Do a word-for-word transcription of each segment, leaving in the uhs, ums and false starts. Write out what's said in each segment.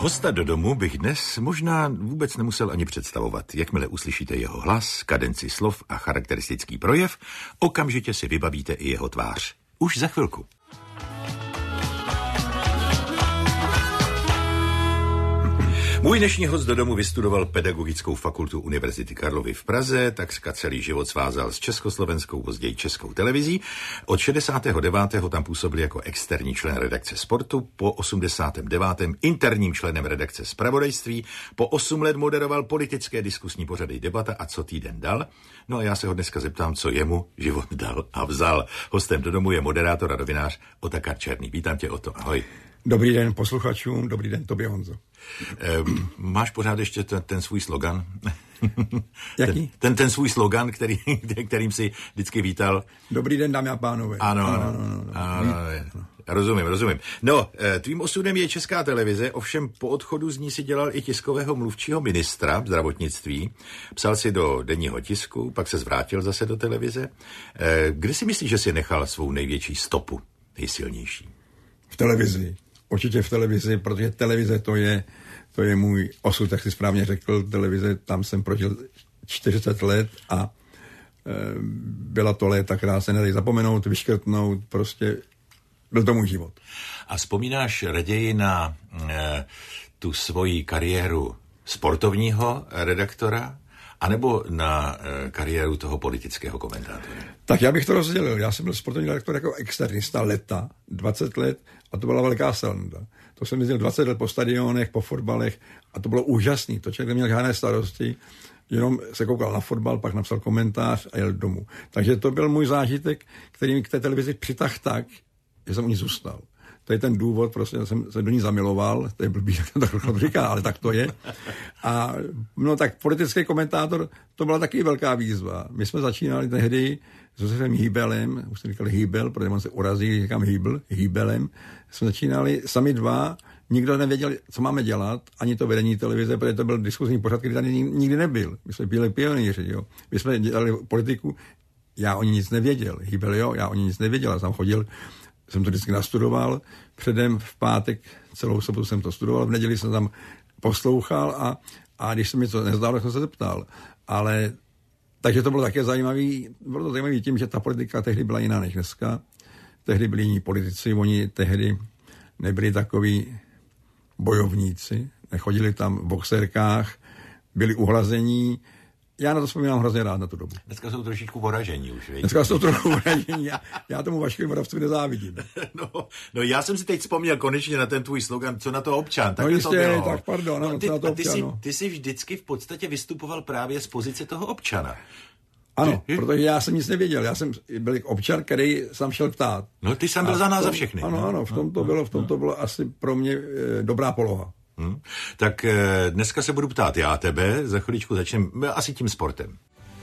Hosta do domu bych dnes možná vůbec nemusel ani představovat. Jakmile uslyšíte jeho hlas, kadenci slov a charakteristický projev, okamžitě si vybavíte i jeho tvář. Už za chvilku. Můj dnešní host do domu vystudoval Pedagogickou fakultu Univerzity Karlovy v Praze, takřka celý život svázal s československou, později Českou televizí. Od šedesátého devátého tam působil jako externí člen redakce Sportu, po osmdesátém devátém interním členem redakce Zpravodajství, po osm let moderoval politické diskusní pořady Debata a Co týden dal. No a já se ho dneska zeptám, co jemu život dal a vzal. Hostem do domu je moderátor a novinář Otakar Černý. Vítám tě, Oto, ahoj. Dobrý den posluchačům, dobrý den tobě, Honzo. Um, máš pořád ještě ten, ten svůj slogan? Jaký? Ten, ten, ten svůj slogan, který, kterým si vždycky vítal. Dobrý den, dámy a pánové. Ano, ano, ano, ano, ano, ano. Rozumím, rozumím. No, tvým osudem je Česká televize, ovšem po odchodu z ní si dělal i tiskového mluvčího ministra zdravotnictví. Psal si do denního tisku, pak se zvrátil zase do televize. Kde si myslíš, že si nechal svou největší stopu, nejsilnější? V televizi. Určitě v televizi, protože televize to je, to je můj osud, jak jsi správně řekl. Televize, tam jsem prožil čtyřicet let a e, byla to léta, která se nedají zapomenout, vyškrtnout, prostě byl to můj život. A vzpomínáš raději na e, tu svoji kariéru sportovního redaktora, anebo na e, kariéru toho politického komentátora? Tak já bych to rozdělil. Já jsem byl sportovní redaktor jako externista leta, dvacet let, a to byla velká sranda. To jsem jezdil dvacet let po stadionech, po fotbalech a to bylo úžasný. To člověk neměl žádné starosti, jenom se koukal na fotbal, pak napsal komentář a jel domů. Takže to byl můj zážitek, který mi k té televizi přitahl tak, že jsem u ní zůstal. To je ten důvod, prostě jsem se do ní zamiloval, to je blbý, jak to říká, ale tak to je. A no tak politický komentátor, to byla taky velká výzva. My jsme začínali tehdy s Josefem Hýbelem, už jsem říkal Hýbel, protože on se urazí, říkám Hýbel, Hýbelem. Jsme začínali sami dva, nikdo nevěděl, co máme dělat, ani to vedení televize, protože to byl diskuzní pořad, který tady nikdy nebyl. My jsme byli pionýři, jo. My jsme dělali politiku, já o ní nic nevěděl. Hýbel, jo, já o ní nic nevěděl, já jsem chodil, jsem to vždycky nastudoval, předem v pátek celou sobotu jsem to studoval, v neděli jsem tam poslouchal a, a když se mi to nezdálo, tak jsem se zeptal. Ale takže to bylo také zajímavý, bylo to zajímavý tím, že ta politika tehdy byla jiná než dneska. Tehdy byli jiní politici, oni tehdy nebyli takoví bojovníci, nechodili tam v boxerkách, byli uhlazení. Já na to vzpomínám hrozně rád na tu dobu. Dneska jsou trošičku voražení už, víš? Dneska jsou trochu voražení. Já, já tomu Vaškovi Moravcovi nezávidím. No, no, já jsem si teď vzpomněl konečně na ten tvůj slogan, co na to občan. Tak no jistě, to bylo. tak pardon, ano, ty, co na to ty občan. Jsi, no. ty jsi vždycky v podstatě vystupoval právě z pozice toho občana. Ano, ty, protože já jsem nic nevěděl. Já jsem byl občan, který jsem šel ptát. No ty jsem byl za nás za všechny. Ano, no? ano, v tom to bylo, v tom to bylo asi pro mě e, dobrá poloha. Hmm. Tak e, dneska se budu ptát já tebe, za chviličku začneme asi tím sportem.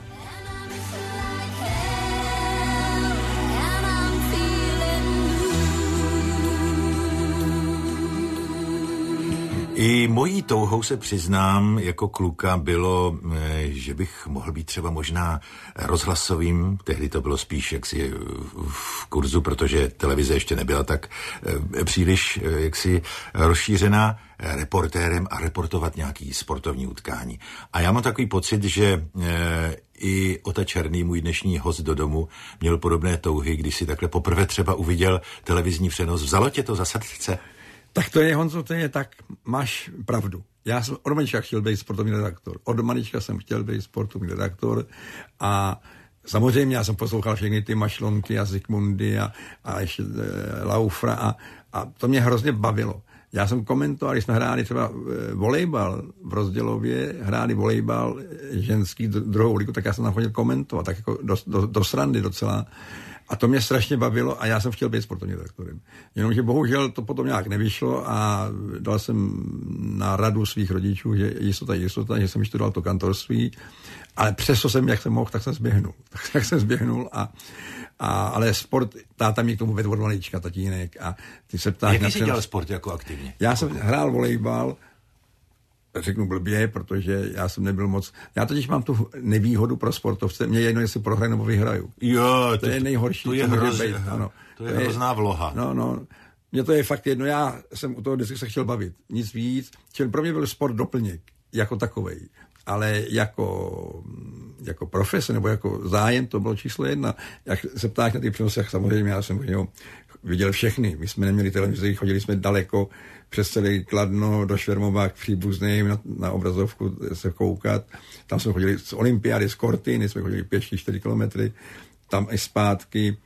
I mojí touhou se přiznám, jako kluka bylo, že bych mohl být třeba možná rozhlasovým, tehdy to bylo spíš jaksi v kurzu, protože televize ještě nebyla tak příliš jaksi rozšířená, reportérem a reportovat nějaký sportovní utkání. A já mám takový pocit, že i Ota Černý, můj dnešní host do domu, měl podobné touhy, když si takhle poprvé třeba uviděl televizní přenos. Vzalo tě to za srdce? Tak to je, Honzo, to je tak, máš pravdu. Já jsem od malička chtěl být sportovní redaktor. Od malička jsem chtěl být sportovní redaktor a samozřejmě já jsem poslouchal všechny ty Mašlonky a Zikmundy a, a ještě e, Laufra a, a to mě hrozně bavilo. Já jsem komentoval, když jsme hráli třeba e, volejbal v Rozdělově, hráli volejbal ženský druhou ligu, tak já jsem tam chodil komentovat, tak jako do, do, do srandy docela. A to mě strašně bavilo a já jsem chtěl být sportovním redaktorem. Jenomže bohužel to potom nějak nevyšlo a dal jsem na radu svých rodičů, že jistota, jistota, že jsem vyštudoval to kantorství, ale přesto jsem, jak jsem mohl, tak jsem zběhnul. Tak, tak jsem zběhnul a, a ale sport, táta mě k tomu vedl od malička, tatínek a ty se ptáš... Jaký jsi dělal sport jako aktivně? Já jsem hrál volejbal, řeknu blbě, protože já jsem nebyl moc... Já totiž mám tu nevýhodu pro sportovce, mě je jedno, jestli prohraju nebo vyhraju. Jo, to, to je nejhorší. To je, hroz, být, ano. To je, to je hrozná vloha. No, no. Mně to je fakt jedno, já jsem u toho vždycky se chtěl bavit, nic víc, čili pro mě byl sport doplněk, jako takovej, ale jako, jako profese nebo jako zájem to bylo číslo jedna. Jak se ptáš na ty přenosech, samozřejmě já jsem jo, viděl všechny, my jsme neměli televizi, chodili jsme daleko přes celý Kladno do Švermova k příbuzným na, na obrazovku se koukat, tam jsme chodili z olympiády, z Kortiny, jsme chodili pěšky čtyři kilometry, tam i zpátky,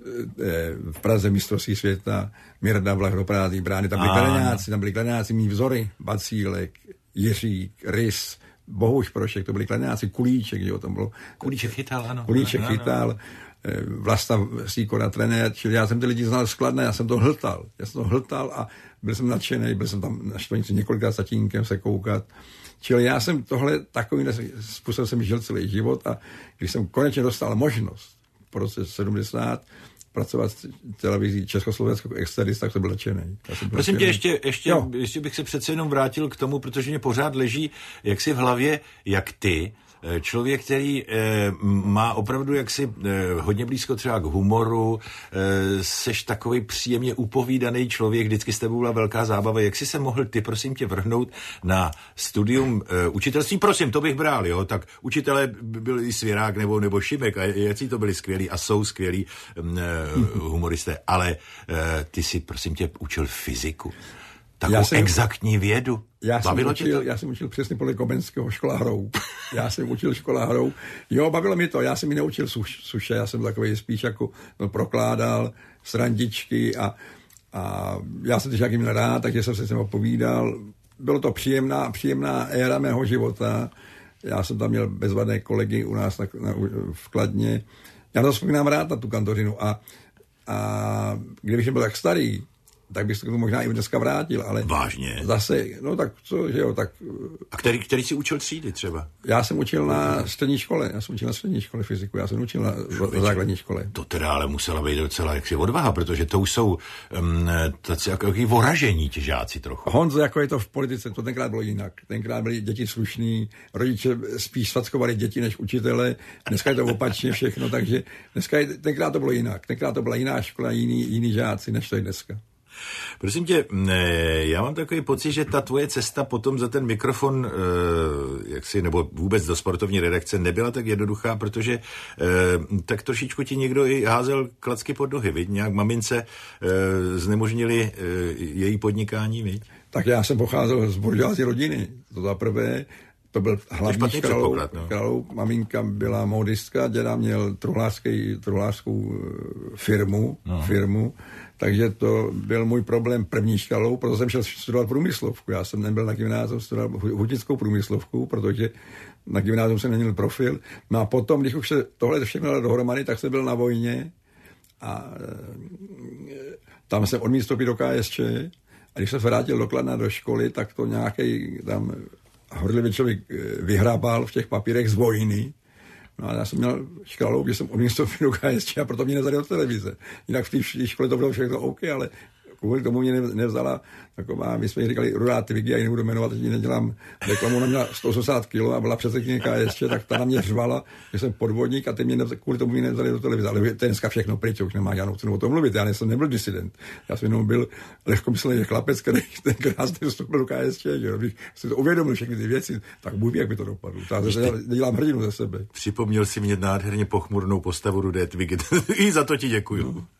v Praze mistrovství světa, Mirda Vlach do Prázdné brány, tam byli kladeňáci, tam byli kladeňáci, mý vzory, Bacílek, Jiřík, Rys, Bohuš Prošek, to byli kladeňáci, Kulíček, jo, tam bylo. Kulíček chytal, ano. Kulíček ano, chytal, ano. Vlasta Sýkora, trenér, čili já jsem ty lidi znal z Kladna, já jsem to hltal, já jsem to hltal a byl jsem nadšený, byl jsem tam na Štvanici několikrát s tatínkem se koukat. Čili já jsem tohle takovým způsobem jsem žil celý život a když jsem konečně dostal možnost po roce sedmdesát pracovat v televizí Československou externist, tak to byl nadšený. Prosím tě, ještě, ještě, ještě bych se přece jenom vrátil k tomu, protože mě pořád leží jaksi v hlavě, jak ty, člověk, který eh, má opravdu jaksi eh, hodně blízko třeba k humoru, eh, seš takový příjemně upovídaný člověk, vždycky s tebou byla velká zábava. Jak jsi se mohl ty, prosím tě, vrhnout na studium eh, učitelství? Prosím, to bych bral, jo? Tak učitelé byl i Svěrák nebo, nebo Šimek a jací to byli skvělí a jsou skvělí eh, humoristé, ale eh, ty si, prosím tě, učil fyziku. Takovou jsem, exaktní vědu. Já jsem, učil, já jsem učil přesně podle Komenského školářů. Já jsem učil školářů. Jo, bavilo mi to. Já jsem mi neučil suš, suše. Já jsem takový spíš jako no, prokládal srandičky a, a já jsem to nějaký měl rád, takže jsem se s ním opovídal. Bylo to příjemná, příjemná éra mého života. Já jsem tam měl bezvadné kolegy u nás na, na, v Kladně. Já to vzpomínám rád na tu kantorinu a, a kdybych byl tak starý, tak bych se k tomu možná i dneska vrátil, ale vážně. Zase, no tak co, že jo, tak... A který, který jsi učil třídy třeba? Já jsem učil na střední škole, já jsem učil na střední škole fyziku, já jsem učil na, na základní škole. To teda ale musela být docela jaksi odvaha, protože to už jsou um, taci jako voražení ti žáci trochu. Honzo, jako je to v politice, to tenkrát bylo jinak. Tenkrát byli děti slušní, rodiče spíš svackovali děti než učitele, dneska je to opačně všechno, takže dneska je, tenkrát to bylo jinak. Tenkrát to byla jiná škola, jiný, jiný žáci, než to je dneska. Prosím tě, já mám takový pocit, že ta tvoje cesta potom za ten mikrofon, jaksi, nebo vůbec do sportovní redakce nebyla tak jednoduchá, protože tak trošičku ti někdo i házel klacky pod nohy, viď? Nějak mamince znemožnili její podnikání, viď? Tak já jsem pocházel z buržoázní rodiny, to za prvé. To byl hlavní králou, no. králou. Maminka byla modistka, děda měl truhlářskou firmu, no. firmu, takže to byl můj problém první školou, proto jsem šel studovat průmyslovku. Já jsem nebyl na gymnáziu, studoval hutickou průmyslovku, protože na gymnáziu jsem neměl profil. No a potom, když už se tohle všechno dalo dohromady, tak jsem byl na vojně a tam jsem odmítl vstoupit do K S Č a když jsem se vrátil do Kladna do školy, tak to nějaký tam horlivý člověk vyhrabal v těch papírech z vojny. No a já jsem měl škálu, že jsem odmítl do K S Č a proto mě nevzali do televize. Jinak v té škole to bylo všechno OK, ale kvůli tomu mě nevzala taková, my jsme jí říkali Rudá Twiggy, já ji nebudu jmenovat, teď nedělám reklamu, ona měla sto osmdesát kilo a byla předsedkyně K S Č, tak ta na mě řvala, že jsem podvodník a ty mě nevzali, kvůli tomu mě nevzali do televize. Ale to je dneska všechno pryč, už nemá žádnou cenu o tom mluvit. Já jsem nebyl disident. Já jsem jenom byl lehkomyslný chlapec, který tenkrát vstoupil do K S Č, že bych si to uvědomil všechny ty věci, tak Bůh ví, jak by to dopadlo. Já se dělám hrdinu ze sebe. Připomněl si mě nádherně pochmurnou postavu Rudé Twiggy. I za to ti děkuju. No.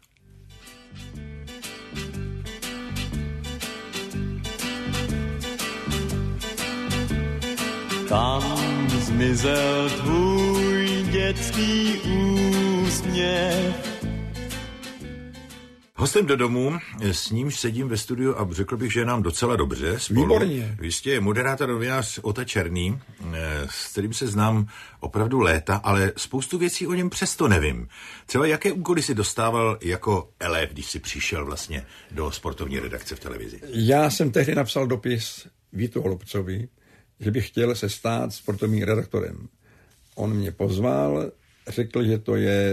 Tam zmizel tvůj dětský úsměv. Hostem do domu, s nímž sedím ve studiu a řekl bych, že je nám docela dobře spolu. Výborně. Vy jste moderátor novinář Ota Černý, s kterým se znám opravdu léta, ale spoustu věcí o něm přesto nevím. Třeba jaké úkoly si dostával jako elef, když si přišel vlastně do sportovní redakce v televizi? Já jsem tehdy napsal dopis Vítu Holubcovi, že bych chtěl se stát sportovním redaktorem. On mě pozval, řekl, že to je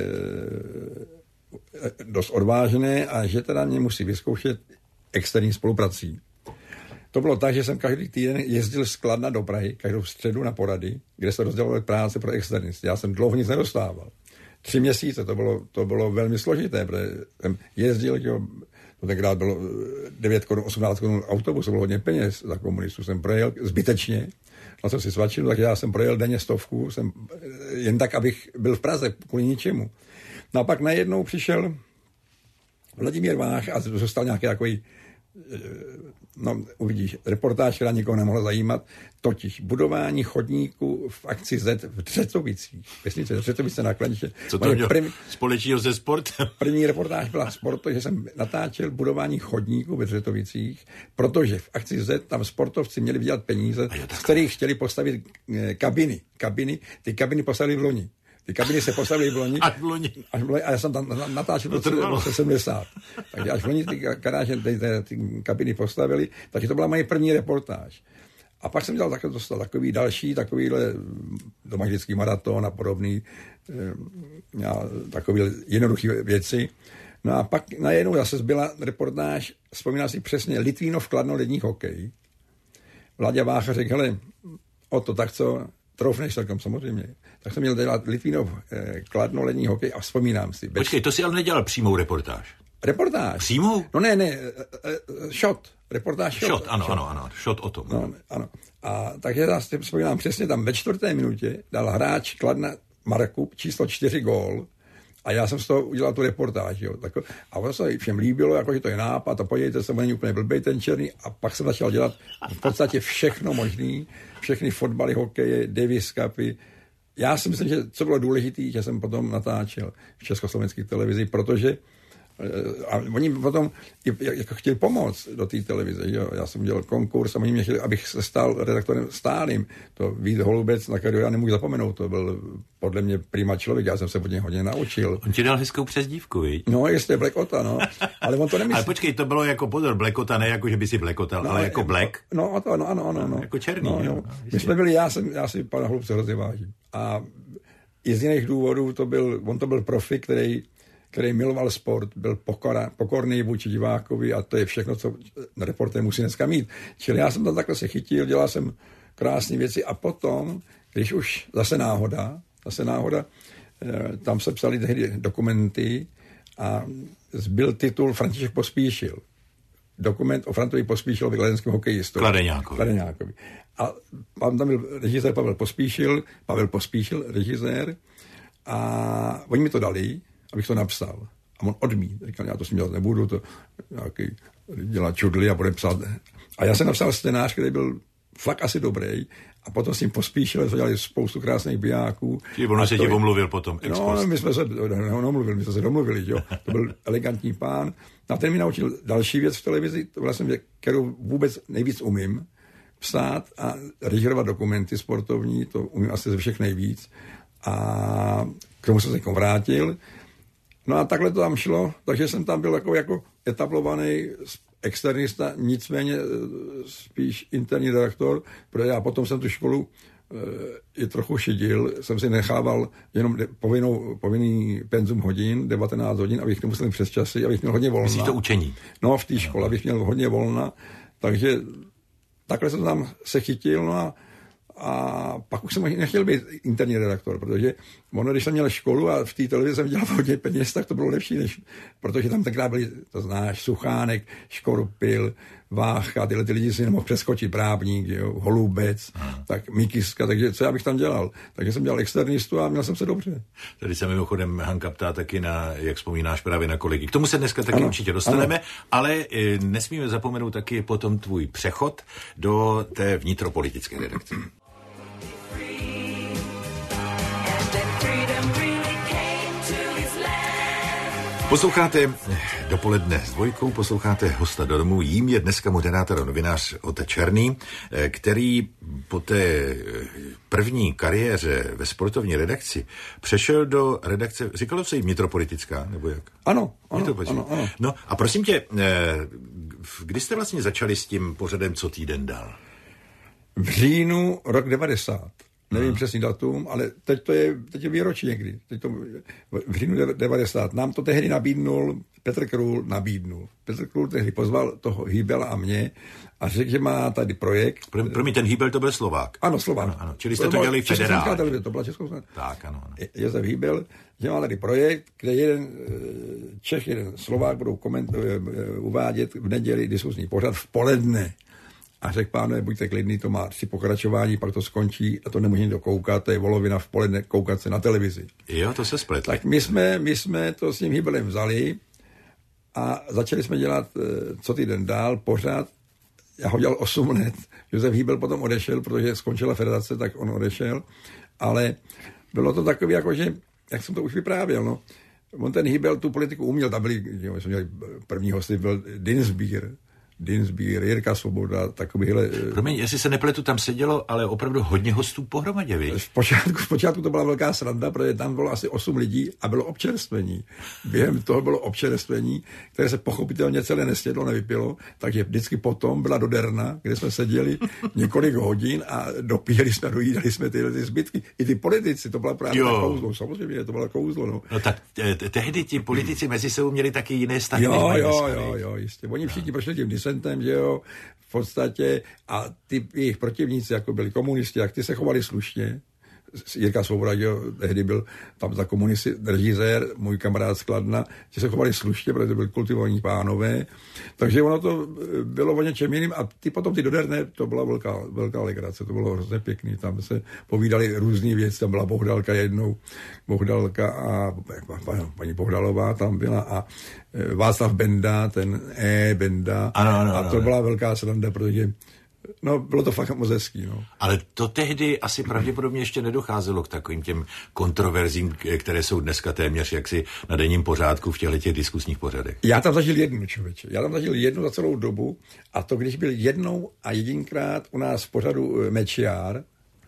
dost odvážné a že teda mě musí vyzkoušet externí spoluprací. To bylo tak, že jsem každý týden jezdil z Kladna do Prahy, každou středu na porady, kde se rozdělovaly práce pro externisty. Já jsem dlouho nic nedostával. Tři měsíce, to bylo, to bylo velmi složité, protože jsem jezdil jo, To tenkrát bylo devět korun, osmnáct korun autobus, to bylo hodně peněz. Za komunistů jsem projel zbytečně. Na co si svačil, tak já jsem projel denně stovku, jsem, jen tak, abych byl v Praze, kvůli ničemu. No a pak najednou přišel Vladimír Vách a dostal nějaký takový, no uvidíš, reportáž, která nikoho nemohla zajímat, totiž budování chodníku v akci Z v Třetovicích. Vesnice Třetovice na Kladiště. Co to mělo první, společného se sportem? První reportáž byla sport, že jsem natáčel budování chodníku ve Třetovicích, protože v akci Z tam sportovci měli vydělat peníze, z kterých chtěli postavit kabiny. kabiny. Ty kabiny postavili v loni. Ty kabiny se postavily v loni. Až v loni. Až v loni a já jsem tam natáčel v roce sedmdesát. Takže až v loni ty karáže, ty, ty, ty kabiny postavili, takže to byla moje první reportáž. A pak jsem dělal takový, dostal takový další, takovýhle doma vždycky maraton a podobný, takový jednoduché věci. No a pak najednou zase zbyla reportáž, vzpomínám si přesně, Litvínov Kladno lední hokej. Vláďa Vácha řekl, hele, o to tak co, troufneš celkem samozřejmě. Tak jsem měl dělat Litvínov eh, Kladno lední hokej a vzpomínám si. Bez... Počkej, to si ale nedělal přímou reportáž. Reportáž. Přímou? No ne, ne, shot. Reportáž shot. Shot, ano, ano, ano, shot o tom. No, ano. A takže já si vzpomínám přesně, tam ve čtvrté minutě dal hráč Kladna Markup číslo čtyři gól a já jsem z toho udělal tu reportáž. Jo. Tak, a ono se všem líbilo, jako, že to je nápad a podívejte se, on není úplně blbej ten černý a pak jsem začal dělat v podstatě všechno možný, všechny fotbaly, hokeje, Davis Cupy. Já si myslím, že co bylo důležité, že jsem potom natáčel v československé televizi, protože a oni potom jako chtěli pomoct do té televize. Jo. Já jsem dělal konkurs a oni mě chtěli, abych se stal redaktorem stálým. To Vít Holubec, na kterého já nemůžu zapomenout, to byl podle mě prima člověk, já jsem se od něj hodně naučil. On ti dal hezkou přezdívku, viď? No, jestli Blackota, no. Ale on to nemyslí. Ale počkej, to bylo jako pozor, Blackota, ne jako, že by si Blackotal, no, ale jako Black. No, to, no, ano, ano, no. Jako černý, no, jo. My jsme byli, já, jsem, já si pana Holubce hrozně vážím. A i z jiných důvodů to byl, on to byl profi, který který miloval sport, byl pokora, pokorný vůči divákovi a to je všechno, co reportér musí dneska mít. Čili já jsem tam takhle se chytil, dělal jsem krásné věci a potom, když už zase náhoda, zase náhoda, tam se psali tehdy dokumenty a zbyl titul František Pospíšil. Dokument o Frantovi Pospíšilovi, kladenském hokejistovi. Kladeňákovi. Kladeňákovi. A tam byl režisér Pavel Pospíšil, Pavel Pospíšil, režisér, a oni mi to dali, abych to napsal. A on odmít. Říkal, já to s ním dělat nebudu, to nějaký dělat čudly a bude psát. A já jsem napsal scénář, který byl fakt asi dobrý. A potom s ním Pospíšil, to dělali spoustu krásných bijáků. Či ono se ti omluvil potom. No, my jsme se neomluvili, my jsme se domluvili, jo. To byl elegantní pán. A ten mi naučil další věc v televizi, to vlastně věc, kterou vůbec nejvíc umím, psát a režírovat dokumenty sportovní, to umím asi ze všech nejvíc. A k tomu jsem se vrátil. No a takhle to tam šlo, takže jsem tam byl jako, jako etablovaný externista, nicméně spíš interní redaktor, protože já potom jsem tu školu e, i trochu šidil, jsem si nechával jenom povinnou, povinný penzum hodin, devatenáct hodin, abych nemusel přes časy, abych měl hodně volna. Myslíš to učení? No, v té škole, abych měl hodně volna, takže takhle jsem tam se chytil, no a A pak už jsem nechtěl být interní redaktor, protože ono, když jsem měl školu a v té televizi jsem dělal hodně peněz, tak to bylo lepší, než, protože tam tenkrát byli, to znáš, Suchánek, Škorpil, Vácha, tyhle ty lidi si nemohl přeskočit, Brábník, jo, Holubec, Aha. tak Mikiska, takže co já bych tam dělal? Takže jsem dělal externistu a měl jsem se dobře. Tady se mimochodem Hanka ptá taky na, jak vzpomínáš právě na kolegy. K tomu se dneska taky ano, určitě dostaneme, ano. Ale e, nesmíme zapomenout taky potom tvůj přechod do té vnitropolitické redakce. Posloucháte Dopoledne s Dvojkou, posloucháte Hosta do domu. Jím je dneska moderátor a novinář Ota Černý, který po té první kariéře ve sportovní redakci přešel do redakce, říkalo se jí vnitropolitická, nebo jak? Ano, ano, ano, ano. No a prosím tě, kdy jste vlastně začali s tím pořadem Co týden dál? V říjnu rok devadesát. nevím hmm. přesný datum, ale teď to je, teď je výročí někdy. Teď to v říjnu devadesát. Nám to tehdy nabídnul, Petr Krůl nabídnul. Petr Krůl tehdy pozval toho Hýbela a mě a řekl, že má tady projekt. Pro, pro mě ten Hýbel to byl Slovák. Ano, Slovák. Ano, ano. Čili jste to, to dělali federálně. To byla Československá. Tak, ano, ano. Josef Hýbel, že má tady projekt, kde jeden Čech, jeden Slovák budou koment, uvádět v neděli diskusní pořad v poledne. A řekl, pánové, buďte klidný, to má tři pokračování, pak to skončí a to nemůže nikdo koukat, to je volovina v poledne koukat se na televizi. Jo, to se spletli. Tak my jsme, my jsme to s tím Hýbelem vzali a začali jsme dělat co týden dál, pořád. Já ho dělal osm let. Josef Hýbel potom odešel, protože skončila federace, tak on odešel. Ale bylo to takové, jako že, jak jsem to už vyprávěl, no. On ten Hýbel tu politiku uměl, tam byli, jo, jsme měli první hosty, byl Dinsbier, Dinsbier, Jirka Svoboda, takovýhle... Promiň, jestli se nepletu, tam sedělo, ale opravdu hodně hostů pohromadě, víš? V počátku, v počátku to byla velká sranda, protože tam bylo asi osm lidí a bylo občerstvení. Během toho bylo občerstvení, které se pochopitelně celé nestědlo, nevypilo, takže vždycky potom byla doderna, kde jsme seděli několik hodin a dopíjeli jsme, dojídali jsme tyhle ty zbytky. I ty politici, to byla právě kouzlo, samozřejmě, to byla kouzlo, no. No tak tehdy ti politici mezi sebou měli taky jiné vztahy. Jo, jo, jo, jo, jistě. Oni všichni prošli tím disentem, že jo, v podstatě, a ty jejich protivníci, jako byli komunisti, jak ty se chovali slušně. Jirka Svoboda, jo, tehdy byl tam za komunisty režisér, můj kamarád z Kladna, ti se chovali slušně, protože to byli kultivovaní pánové. Takže ono to bylo o něčem jiným a ty potom ty doderné, to byla velká, velká legrace, to bylo hrozně pěkný. Tam se povídali různý věci, tam byla Bohdalka jednou, Bohdalka a paní Bohdalová tam byla a Václav Benda, ten E. Benda. Ano, ano, a to ano, byla velká sranda, protože no, bylo to fakt moc hezký, no. Ale to tehdy asi pravděpodobně ještě nedocházelo k takovým těm kontroverzím, které jsou dneska téměř jaksi na denním pořádku v těchto těch diskusních pořadech. Já tam zažil jednu, člověče. Já tam zažil jednu za celou dobu a to, když byl jednou a jedinkrát u nás v pořadu Mečiar,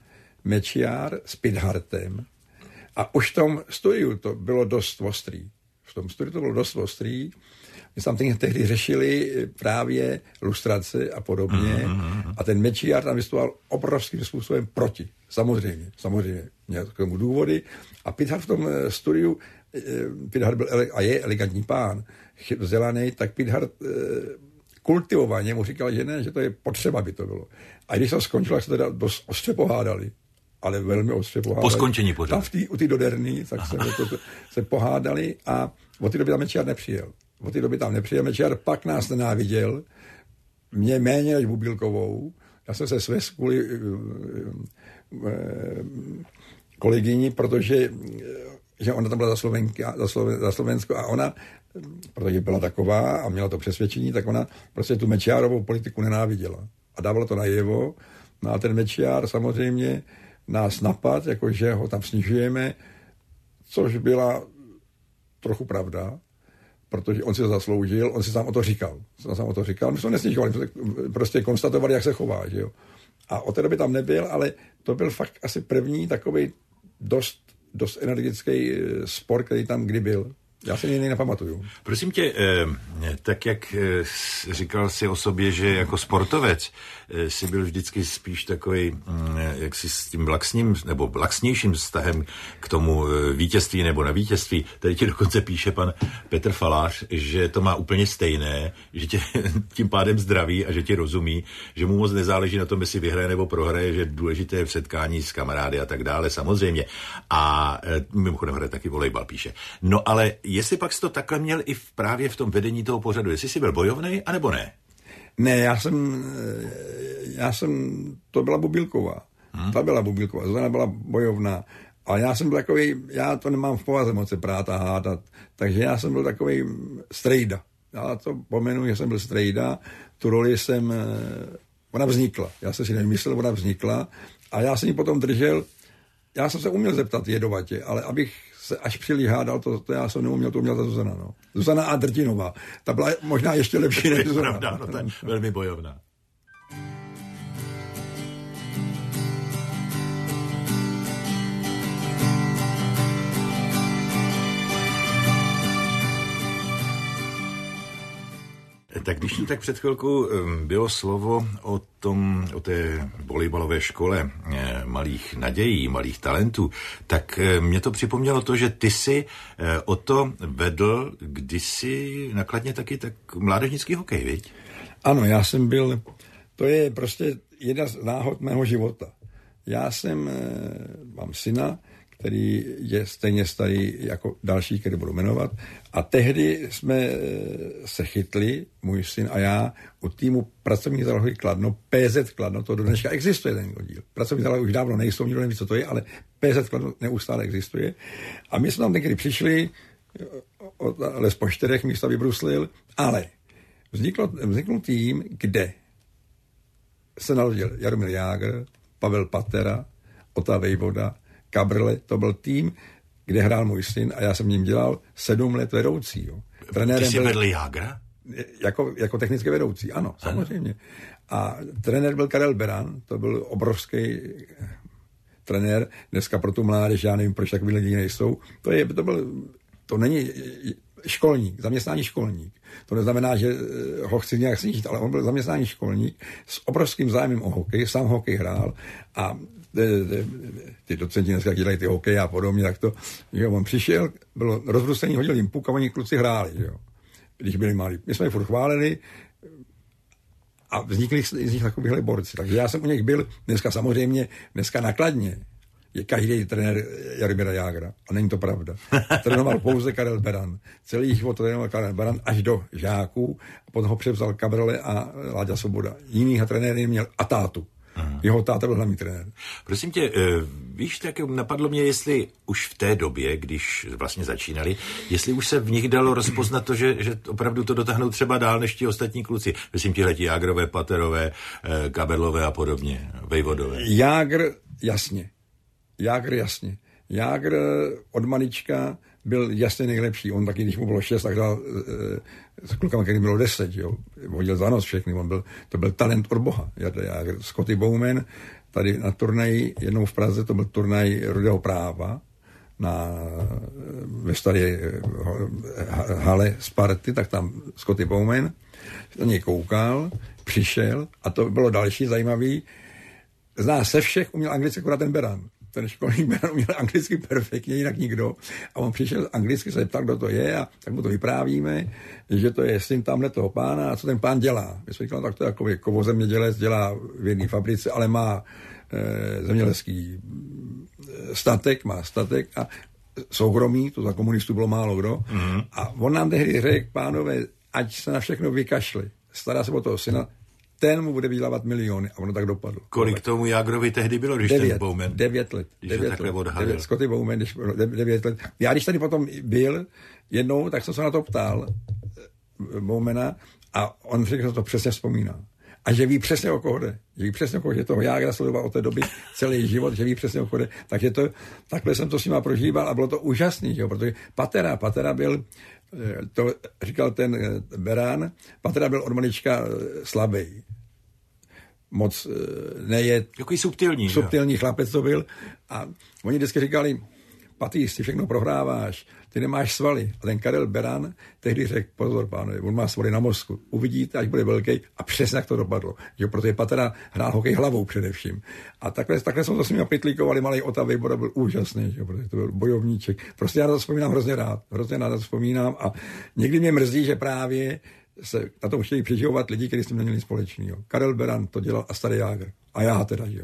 Mečiar s Pidhartem a už v tom studiu to bylo dost ostrý. V tom studiu to bylo dost ostrý. My tam tehdy řešili právě lustrace a podobně mm-hmm. a ten Mečiar tam vystupoval obrovským způsobem proti. Samozřejmě, samozřejmě. Měl k tomu důvody. A Pithart v tom studiu, Pithart byl a je elegantní pán, vzdělaný, tak Pithart kultivovaně mu říkal, že ne, že to je potřeba, by to bylo. A když to skončilo, tak se teda dost ostře pohádali. Ale velmi ostře pohádali. Po skončení pořadu. Tam v tý, u té doderny, tak se, to, se pohádali a od té doby tam Mečiar nepřijel. Od té doby tam nepřijel. Mečiar pak nás nenáviděl, mě méně než Bubilkovou. Já jsem se svést kvůli kolegyni, protože že ona tam byla za, Slovenka, za, Sloven, za Slovensko a ona, protože byla taková a měla to přesvědčení, tak ona prostě tu Mečiarovou politiku nenáviděla. A dávala to najevo. No a ten Mečiar samozřejmě nás napad, jakože ho tam snižujeme, což byla trochu pravda, protože on si to zasloužil, on si sám o to říkal. On sám o to říkal, my jsme nesnižovali, prostě konstatovali, jak se chová, že jo. A od té doby tam nebyl, ale to byl fakt asi první takový dost, dost energický spor, který tam kdy byl. Já si jiný nepamatuju. Prosím tě, tak jak říkal si o sobě, že jako sportovec si byl vždycky spíš takový, jak si s tím laxním, nebo laxnějším vztahem k tomu vítězství nebo na vítězství. Tady ti dokonce píše pan Petr Falář, že to má úplně stejné, že tě tím pádem zdraví a že ti rozumí, že mu moc nezáleží na tom, jestli vyhraje nebo prohraje, že důležité je v setkání s kamarády a tak dále, samozřejmě. A mimochodem hraje taky volejbal, píše. No ale jestli pak jsi to takhle měl i v, právě v tom vedení toho pořadu, jestli jsi byl bojovnej, anebo ne? Ne, já jsem, já jsem, to byla Bubilková. Hmm. Ta byla Bubilková, Zuzana byla bojovná. Ale já jsem byl takový, já to nemám v povaze moc se prát a hádat, takže já jsem byl takový strejda. Já to pomenu, že jsem byl strejda, tu roli jsem, ona vznikla. Já jsem si nevymyslel, ona vznikla a já jsem ji potom držel. Já jsem se uměl zeptat jedovatě, ale abych se až příliš hádal, to, to já jsem neuměl, to uměl ta Zuzana. No. Zuzana a Drtinová. Ta byla možná ještě lepší než Zuzana. Pravda, no, to je velmi bojovná. Tak když tu tak před chvilkou bylo slovo o tom, o té volejbalové škole malých nadějí, malých talentů, tak mě to připomnělo to, že ty si o to vedl kdysi nakladně taky tak mládežnický hokej, viď? Ano, já jsem byl, to je prostě jedna z náhod mého života. Já jsem, mám syna, který je stejně starý jako další, který budu jmenovat. A tehdy jsme se chytli, můj syn a já, u týmu pracovních zálohy Kladno, P Z Kladno, to do dneška existuje ten oddíl. Pracovní zálohy už dávno nejsou, nikdo neví, co to je, ale P Z Kladno neustále existuje. A my jsme tam někdy přišli, les po čtyřech místa vybruslil, ale vzniklo, vznikl tým, kde se narodil Jaromír Jágr, Pavel Patera, Ota Vejvoda, Kabrle, to byl tým, kde hrál můj syn a já jsem v něm dělal sedm let vedoucí. Jo. Trenérem Ty jsi vedl Jágra? Jako, jako technické vedoucí, ano, samozřejmě. A trenér byl Karel Beran, to byl obrovský trenér, dneska pro tu mládež, já nevím, proč takový lidi nejsou. To, je, to, byl, to není školník, zaměstnání školník. To neznamená, že ho chci nějak snížit, ale on byl zaměstnání školník s obrovským zájmem o hokej, sám hokej hrál a ty docenti dneska dělají ty hokej a podobně, tak to, že on přišel, bylo rozbrusení, hodil jim puk a oni kluci hráli, jo, když byli malí. My jsme je furt chválili a vznikli z nich takovýhle borci. Takže já jsem u nich byl, dneska samozřejmě, dneska nakladně je každý trenér Jaromíra Jágra. A není to pravda. Trénoval pouze Karel Beran. Celý život trénoval Karel Beran až do žáků a potom ho převzal Kabrle a Láďa Svoboda. Jiný trenéry měl a tátu. Aha. Jeho táta byl hlavní trenér. Prosím tě, víš, tak napadlo mě, jestli už v té době, když vlastně začínali, jestli už se v nich dalo rozpoznat to, že, že opravdu to dotáhnou třeba dál než ti ostatní kluci. Myslím, tihleti Jágrové, Paterové, Kaberlové a podobně, Vejvodové. Jágr, jasně. Jágr, jasně. Jágr od malička byl jasně nejlepší. On taky, když mu bylo šest, tak dal e, s klukama, který bylo deset, jo. Hodil za nos všechny. On byl, to byl talent od Boha. Jágr. Scotty Bowman, tady na turnaji, jednou v Praze, to byl turnaj Rudého práva, na, ve staré hale Sparty, tak tam Scotty Bowman na něj koukal, přišel a to bylo další zajímavý. Z nás se všech uměl anglicky akorát ten Beran. Ten školní Beran uměl anglicky perfektně, jinak nikdo. A on přišel anglicky, se ptal, kdo to je, a tak mu to vyprávíme, že to je syn tamhle toho pána a co ten pán dělá. My jsme říkali, tak to je jako kovozemědělec, dělá v jedné fabrice, ale má e, zemědělský statek, má statek a soukromí, to za komunistů bylo málo kdo. Mm-hmm. A on nám tehdy řekl, pánové, ať se na všechno vykašli. Stará se o toho syna, ten mu bude vydělávat miliony a ono tak dopadlo. Kolik tomu Jágrovi tehdy bylo, když devět, ten Bowman? Devět let. Když devět takhle let, odhalil. Devět, Scotty Bowman, když bylo devět let. Já když tady potom byl jednou, tak jsem se na to ptal Bowmana a on řekl, že to přesně vzpomíná. A že ví přesně, o koho jde. Že ví přesně, o koho jde. Toho Jágra sledoval od té doby celý život, že ví přesně, o koho jde. Takže to, takhle jsem to s nima prožíval a bylo to úžasný, že jo? Protože Patera, Patera byl, to říkal ten Beran, Patera byl od malička slabý. Moc nejet. Takový subtilní. Subtilní jo. Chlapec to byl. A oni vždycky říkali, Patý, ty všechno prohráváš, ty nemáš svaly. A ten Karel Beran tehdy řekl, pozor, pánové, on má svaly na mozku. Uvidíte, až bude velký. A přesně jak to dopadlo. Jo, protože Patera hrál hokej hlavou především. A takhle, takhle jsme to s nimi aplikovali. Malý Ota Vejvoda byl úžasný, jo, protože to byl bojovníček. Prostě já to vzpomínám hrozně rád. Hrozně rád to vzpomínám. A někdy mě mrzí, že právě se na tom chtějí přeživovat lidi, kteří s tím neměli společný. Jo. Karel Beran to dělal a starý Jágr. A já teda, jo.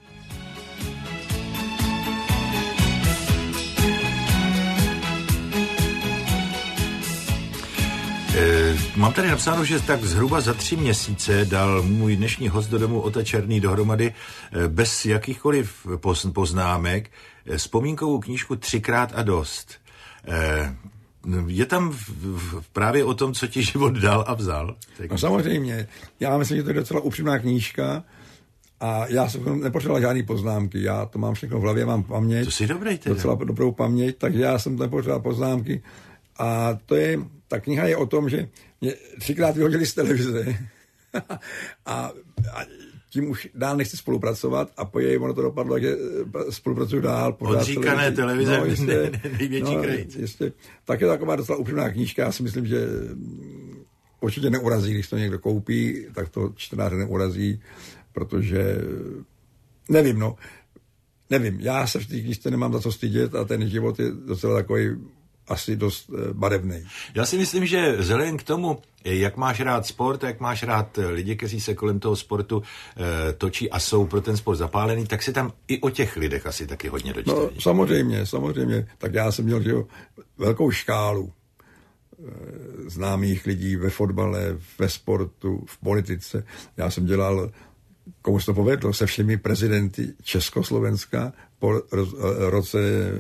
E, mám tady napsáno, že tak zhruba za tři měsíce dal můj dnešní host do domu Ota Černý dohromady e, bez jakýchkoliv poznámek e, vzpomínkovou knížku Třikrát a dost. E, je tam v, v, právě o tom, co ti život dal a vzal? No samozřejmě. Já myslím, že to je docela upřímná knížka a já jsem nepotřeboval žádný poznámky. Já to mám všechno v hlavě, mám paměť. To jsi dobrý teda. Docela dobrou paměť, takže já jsem nepotřeboval poznámky. A to je, ta kniha je o tom, že mě třikrát vyhodili z televize a, a tím už dál nechci spolupracovat a po jej ono to dopadlo, že spolupracuju dál. Odříkané televize, no, jistě, největší no, krejc. Jistě. Tak je taková docela upřímná knížka, já si myslím, že určitě neurazí, když to někdo koupí, tak to čtenáře neurazí, protože nevím, no, nevím, já se v té knižce nemám za co stydět a ten život je docela takový asi dost barevný. Já si myslím, že vzhledem k tomu, jak máš rád sport, jak máš rád lidi, kteří se kolem toho sportu e, točí a jsou pro ten sport zapálený, tak si tam i o těch lidech asi taky hodně dočteš. No samozřejmě, samozřejmě. Tak já jsem měl že jo, velkou škálu e, známých lidí ve fotbale, ve sportu, v politice. Já jsem dělal, komu se to povedlo, se všemi prezidenty Československa po roce,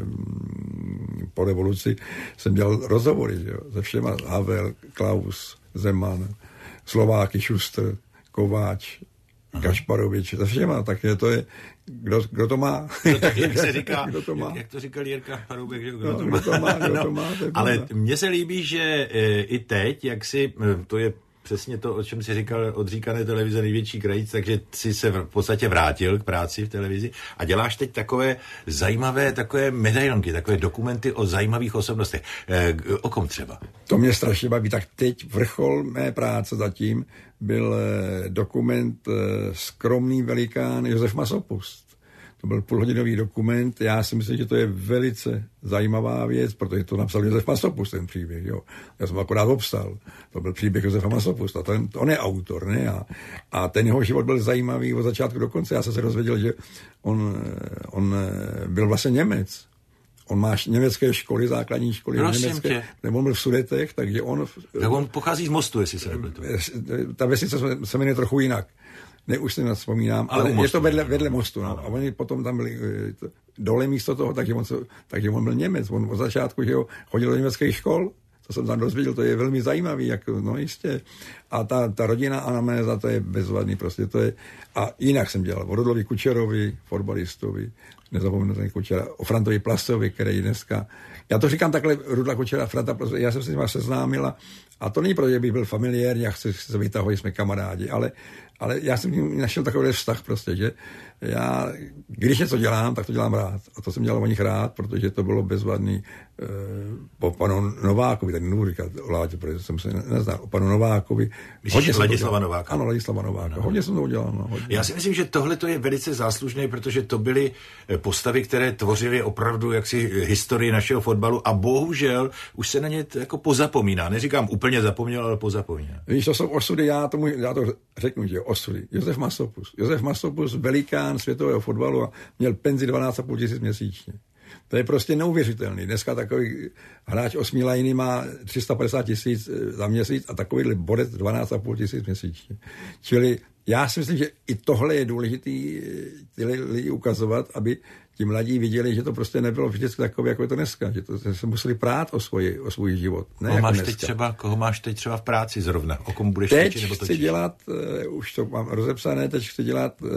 po revoluci jsem dělal rozhovory, že jo, se všema, Havel, Klaus, Zeman, Slováky, Šustr, Kováč, Aha. Kašparovič, se všema, tak je to je, kdo, kdo to má? No, tak jak se říká, kdo to má? Jak, jak to říkal Jirka Paroubek, že kdo, no, to, má? kdo to má? Kdo to má? To ale mně se líbí, že e, i teď, jak si, to je přesně to, o čem si říkal, odříkané televize Největší krajíc, takže si se v podstatě vrátil k práci v televizi a děláš teď takové zajímavé, takové medailonky, takové dokumenty o zajímavých osobnostech. E, o kom třeba? To mě strašně baví. Tak teď vrchol mé práce zatím byl dokument Skromný velikán Josef Masopust. To byl půlhodinový dokument. Já si myslím, že to je velice zajímavá věc, protože to napsal Josef Masopust, ten příběh. Jo. Já jsem akorát obstal. To byl příběh Josefa Masopusta. Ten, on je autor, ne? A, a ten jeho život byl zajímavý od začátku do konce. Já jsem se dozvěděl, že on, on byl vlastně Němec. On má německé školy, základní školy německé, nebo on byl v Sudetech, takže on... Tak on pochází z Mostu, jestli se nepletu. Ta vesnice se jmenuje trochu jinak. Ne, už si nevzpomínám, ale, ale je to vedle, vedle Mostu. No. A oni potom tam byli dole místo toho, takže on, takže on byl Němec. On od začátku, že jo, chodil do německých škol, to jsem tam dozvěděl, to je velmi zajímavý, jak, no jistě. A ta, ta rodina Anaméza, to je bezvadný, prostě to je. A jinak jsem dělal o Rudlovi Kučerovi, fotbalistovi, nezapomenu ten Kučera, o Frantovi Plasovi, který dneska, já to říkám takhle, Rudla Kučera, Franta Plasovi, já jsem se s nima seznámila, a to není proto, že bych byl familiérní, jak se, se vytahují, jsme kamarádi, ale, ale já jsem našel takový vztah prostě, že já, když něco dělám, tak to dělám rád. A to jsem dělal o nich rád, protože to bylo bezvadný e, po panu Novákovi, tak nebudu říkat o Láďě, protože jsem se neznal, o panu Novákovi. Hodně Ladislava Nováka. Ano, Ladislava Nováka. No. Hodně jsem to udělal. No, hodně. Já si myslím, že tohle to je velice záslužné, protože to byly postavy, které tvořily opravdu jaksi historii našeho fotbalu a bohužel už se na ně jako pozapomíná. Neříkám úplně zapomněl, ale pozapomíná. Víš, to jsou osudy, já, tomu, já to řeknu, že osudy. Josef Masopust. Josef Masopust, velikán světového fotbalu a měl penzi dvanáct a půl tisíc měsíčně. To je prostě neuvěřitelný. Dneska takový hráč osmi lajny má tři sta padesát tisíc za měsíc a takovýhle bodec dvanáct a půl tisíc měsíčně. Čili já si myslím, že i tohle je důležitý ty lidi ukazovat, aby ti mladí viděli, že to prostě nebylo vždycky takové, jako je to dneska, že to že se museli prát o, svoji, o svůj život. Ne koho, jako máš teď třeba, koho máš teď třeba v práci zrovna? O komu budeš teď točit nebo točíš? Chci dělat, uh, už to mám rozepsané, teď chci dělat uh,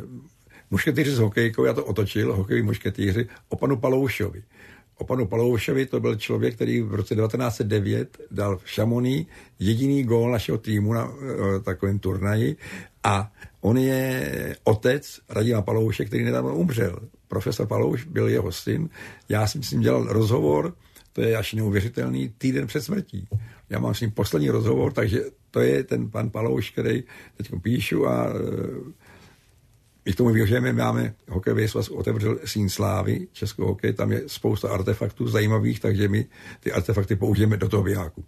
mušketýři s hokejkou, já to otočil, hokejoví mušketýři, o panu Paloušovi. O panu Paloušovi to byl člověk, který v roce devatenáct set devět dal v Chamonix jediný gól našeho týmu na uh, takovém turnaji a on je otec Radima Palouše, který nedávno umřel. Profesor Palouš byl jeho syn. Já jsem s ním dělal rozhovor, to je až neuvěřitelný, týden před smrtí. Já mám s ním poslední rozhovor, takže to je ten pan Palouš, který teď píšu a my k tomu využijeme, máme hokejový svaz otevřel Síň slávy, českou hokej, tam je spousta artefaktů zajímavých, takže my ty artefakty použijeme do toho bijáku.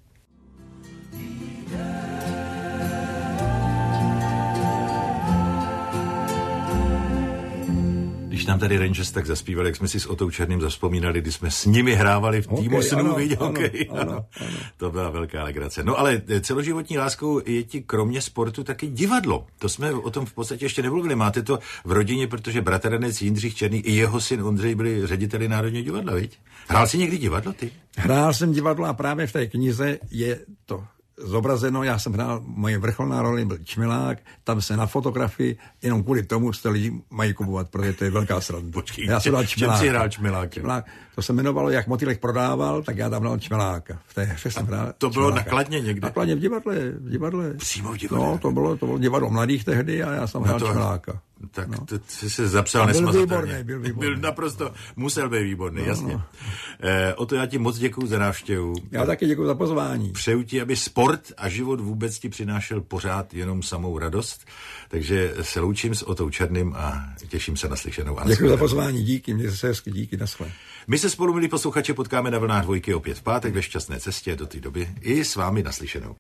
Když nám tady Rangers tak zaspívali, jak jsme si s Otou Černým zavzpomínali, když jsme s nimi hrávali v týmu snů, viděl hokej. Ano, ano, ano. To byla velká legrace. No ale celoživotní láskou je ti kromě sportu taky divadlo. To jsme o tom v podstatě ještě nemluvili. Máte to v rodině, protože bratranec Jindřich Černý i jeho syn Ondřej byli řediteli Národního divadla, viď? Hrál jsi někdy divadlo, ty? Hrál jsem divadlo a právě v té knize je to zobrazeno, já jsem hrál, moje vrcholná roli byl Čmelák, tam se na fotografii, jenom kvůli tomu jste lidi mají kupovat, protože to je velká sranda. Počkej, já jsem dal Čem si hrál Čmelák? Čmelák? To se jmenovalo, jak Motýlek prodával, tak já tam dal Čmeláka. V té hře jsem hrál to bylo Čmeláka. Na Kladně někde? Na Kladně v divadle, v divadle. Přímo v divadle? No, to bylo, to bylo divadlo mladých tehdy a já jsem hrál Čmeláka. Tak no. to, to se zapsal byl nesmazatelně. Výborný, byl výborný. Byl naprosto, musel být výborný, no, jasně. No. E, o to já ti moc děkuju za návštěvu. Já taky děkuju za pozvání. Přeju ti, aby sport a život vůbec ti přinášel pořád jenom samou radost. Takže se loučím s Otou Černým a těším se na slyšenou. Děkuji za pozvání, díky, mějte se hezky, díky, naschle. My se spolu, milí posluchači, potkáme na vlnách dvojky opět v pátek ve šťastné cestě do té doby i s vámi naslyšenou.